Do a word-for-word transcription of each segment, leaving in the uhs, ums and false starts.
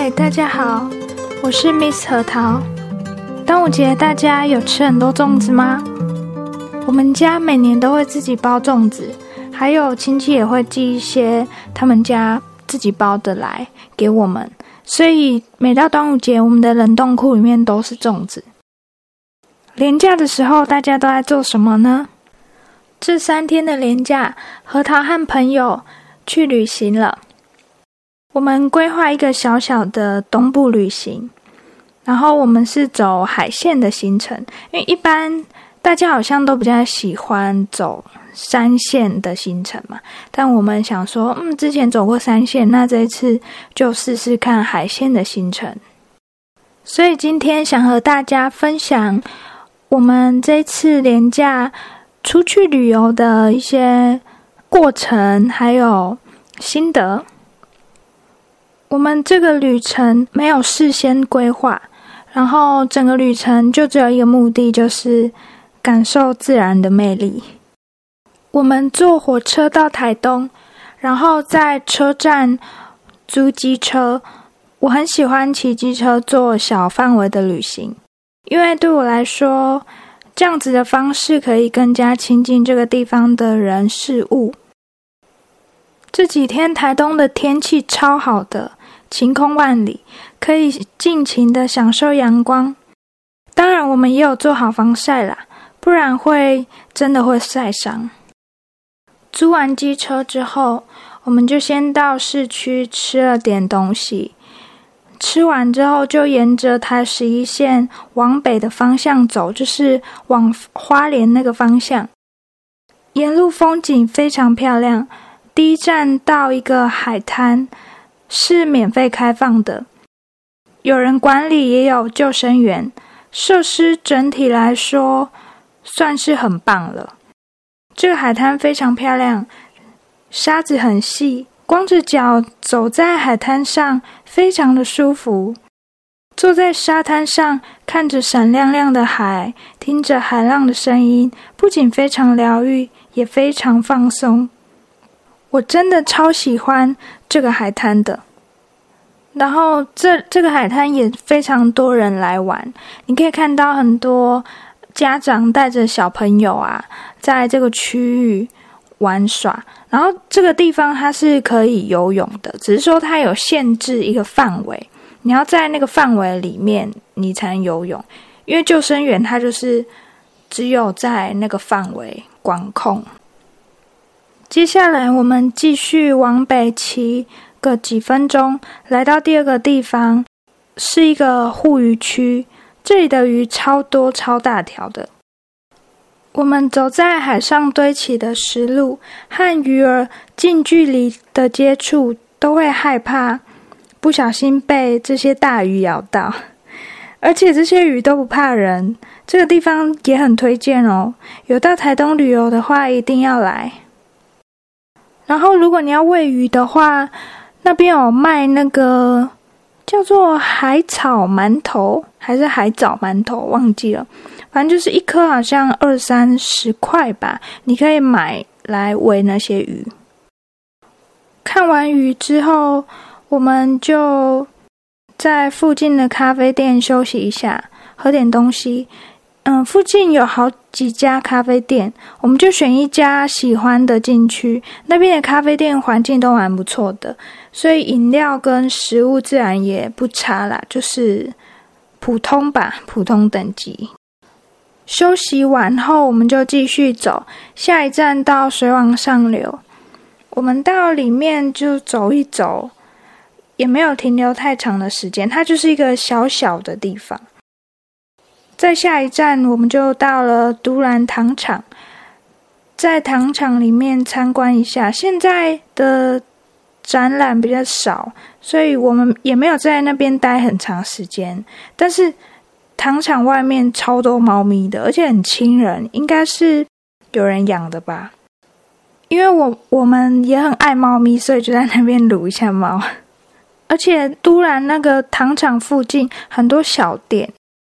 嗨，大家好，我是 Miss 核桃。端午节大家有吃很多粽子吗？我们家每年都会自己包粽子，还有亲戚也会寄一些他们家自己包的来给我们，所以每到端午节，我们的冷冻库里面都是粽子。连假的时候，大家都在做什么呢？这三天的连假，核桃和朋友去旅行了。我们规划一个小小的东部旅行，然后我们是走海线的行程，因为一般大家好像都比较喜欢走山线的行程嘛，但我们想说，嗯，之前走过山线，那这一次就试试看海线的行程。所以今天想和大家分享我们这一次连假出去旅游的一些过程，还有心得。我们这个旅程没有事先规划，然后整个旅程就只有一个目的，就是感受自然的魅力。我们坐火车到台东，然后在车站租机车。我很喜欢骑机车做小范围的旅行，因为对我来说，这样子的方式可以更加亲近这个地方的人事物。这几天台东的天气超好的，晴空万里，可以尽情的享受阳光。当然我们也有做好防晒啦，不然会真的会晒伤。租完机车之后，我们就先到市区吃了点东西，吃完之后就沿着台十一线往北的方向走，就是往花莲那个方向。沿路风景非常漂亮，第一站到一个海滩，是免费开放的，有人管理，也有救生员，设施整体来说算是很棒了。这个海滩非常漂亮，沙子很细，光着脚走在海滩上非常的舒服。坐在沙滩上看着闪亮亮的海，听着海浪的声音，不仅非常疗愈，也非常放松。我真的超喜欢这个海滩的。然后这这个海滩也非常多人来玩，你可以看到很多家长带着小朋友啊，在这个区域玩耍。然后这个地方它是可以游泳的，只是说它有限制一个范围，你要在那个范围里面你才能游泳，因为救生员他就是只有在那个范围管控。接下来我们继续往北骑个几分钟，来到第二个地方，是一个护鱼区，这里的鱼超多超大条的。我们走在海上堆起的石路，和鱼儿近距离的接触，都会害怕不小心被这些大鱼咬到，而且这些鱼都不怕人。这个地方也很推荐哦，有到台东旅游的话一定要来。然后如果你要喂鱼的话，那边有卖那个叫做海草馒头还是海藻馒头忘记了，反正就是一颗好像二三十块吧，你可以买来喂那些鱼。看完鱼之后，我们就在附近的咖啡店休息一下，喝点东西。嗯，附近有好几家咖啡店，我们就选一家喜欢的进去。那边的咖啡店环境都蛮不错的，所以饮料跟食物自然也不差啦，就是普通吧，普通等级。休息完后，我们就继续走，下一站到水往上流。我们到里面就走一走，也没有停留太长的时间，它就是一个小小的地方。在下一站我们就到了都兰糖厂，在糖厂里面参观一下。现在的展览比较少，所以我们也没有在那边待很长时间，但是糖厂外面超多猫咪的，而且很亲人，应该是有人养的吧。因为我我们也很爱猫咪，所以就在那边撸一下猫。而且都兰那个糖厂附近很多小店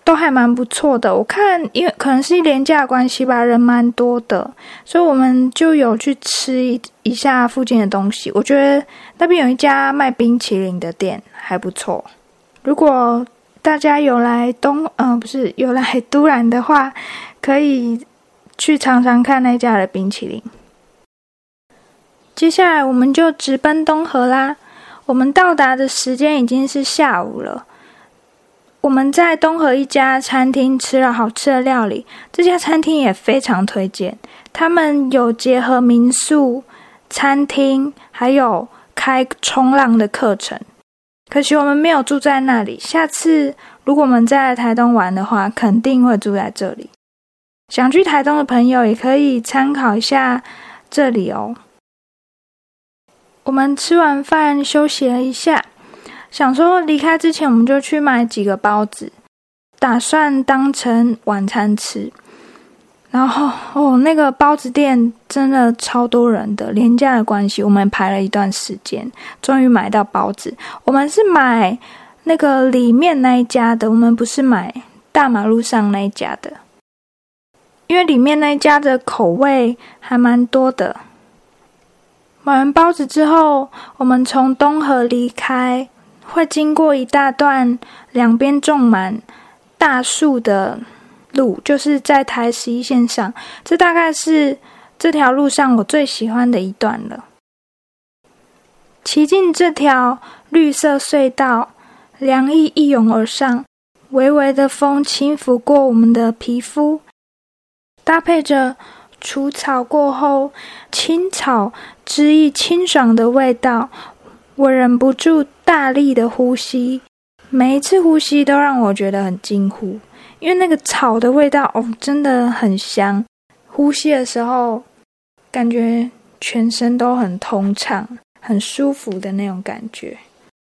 都还蛮不错的。我看因为可能是连假的关系吧，人蛮多的，所以我们就有去吃一下附近的东西。我觉得那边有一家卖冰淇淋的店还不错。如果大家有来东呃不是有来都兰的话，可以去尝尝看那家的冰淇淋。接下来我们就直奔东河啦。我们到达的时间已经是下午了。我们在东河一家餐厅吃了好吃的料理，这家餐厅也非常推荐。他们有结合民宿、餐厅，还有开冲浪的课程。可惜我们没有住在那里，下次如果我们再来台东玩的话，肯定会住在这里。想去台东的朋友也可以参考一下这里哦。我们吃完饭休息了一下，想说离开之前我们就去买几个包子，打算当成晚餐吃。然后哦，那个包子店真的超多人的，连假的关系我们排了一段时间，终于买到包子。我们是买那个里面那一家的，我们不是买大马路上那一家的，因为里面那一家的口味还蛮多的。买完包子之后，我们从东河离开，会经过一大段两边种满大树的路，就是在台十一线上，这大概是这条路上我最喜欢的一段了。骑进这条绿色隧道，凉意一涌而上，微微的风轻拂过我们的皮肤，搭配着除草过后青草汁液清爽的味道，我忍不住大力的呼吸，每一次呼吸都让我觉得很惊呼，因为那个草的味道哦，真的很香，呼吸的时候感觉全身都很通畅，很舒服的那种感觉。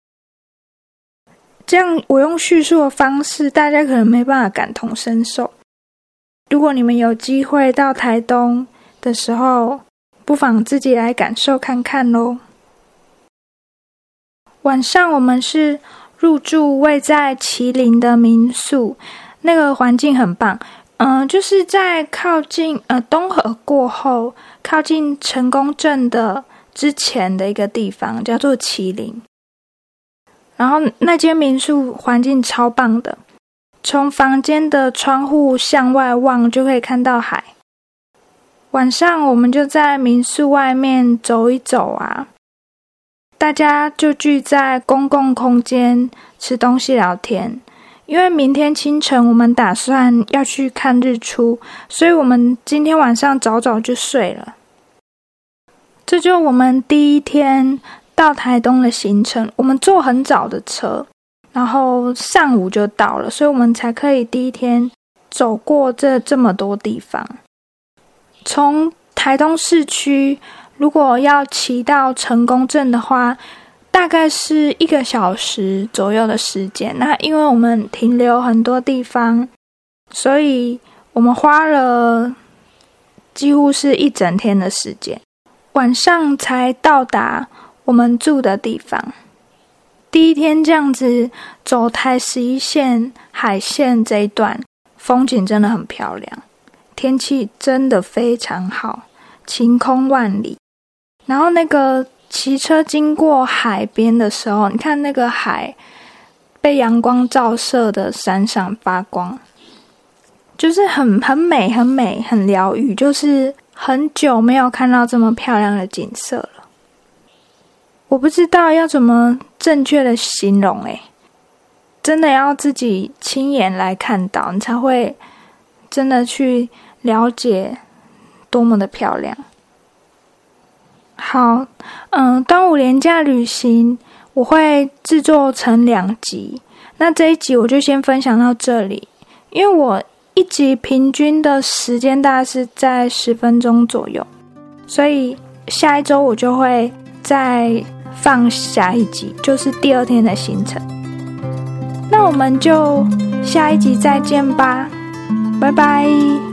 这样我用叙述的方式，大家可能没办法感同身受。如果你们有机会到台东的时候，不妨自己来感受看看咯。晚上我们是入住位在麒麟的民宿，那个环境很棒，嗯、呃，就是在靠近呃东河过后，靠近成功镇的之前的一个地方，叫做麒麟。然后那间民宿环境超棒的，从房间的窗户向外望就可以看到海。晚上我们就在民宿外面走一走啊，大家就聚在公共空间吃东西聊天。因为明天清晨我们打算要去看日出，所以我们今天晚上早早就睡了。这就是我们第一天到台东的行程。我们坐很早的车，然后上午就到了，所以我们才可以第一天走过这这么多地方。从台东市区如果要骑到成功镇的话，大概是一个小时左右的时间。那因为我们停留很多地方，所以我们花了几乎是一整天的时间，晚上才到达我们住的地方。第一天这样子走台十一线海线这一段，风景真的很漂亮，天气真的非常好，晴空万里。然后那个骑车经过海边的时候，你看那个海被阳光照射的闪闪发光，就是很很美很美很疗愈，就是很久没有看到这么漂亮的景色了。我不知道要怎么正确的形容诶，真的要自己亲眼来看到，你才会真的去了解多么的漂亮。好，嗯，端午连假旅行我会制作成两集，那这一集我就先分享到这里，因为我一集平均的时间大概是在十分钟左右，所以下一周我就会再放下一集，就是第二天的行程。那我们就下一集再见吧，拜拜。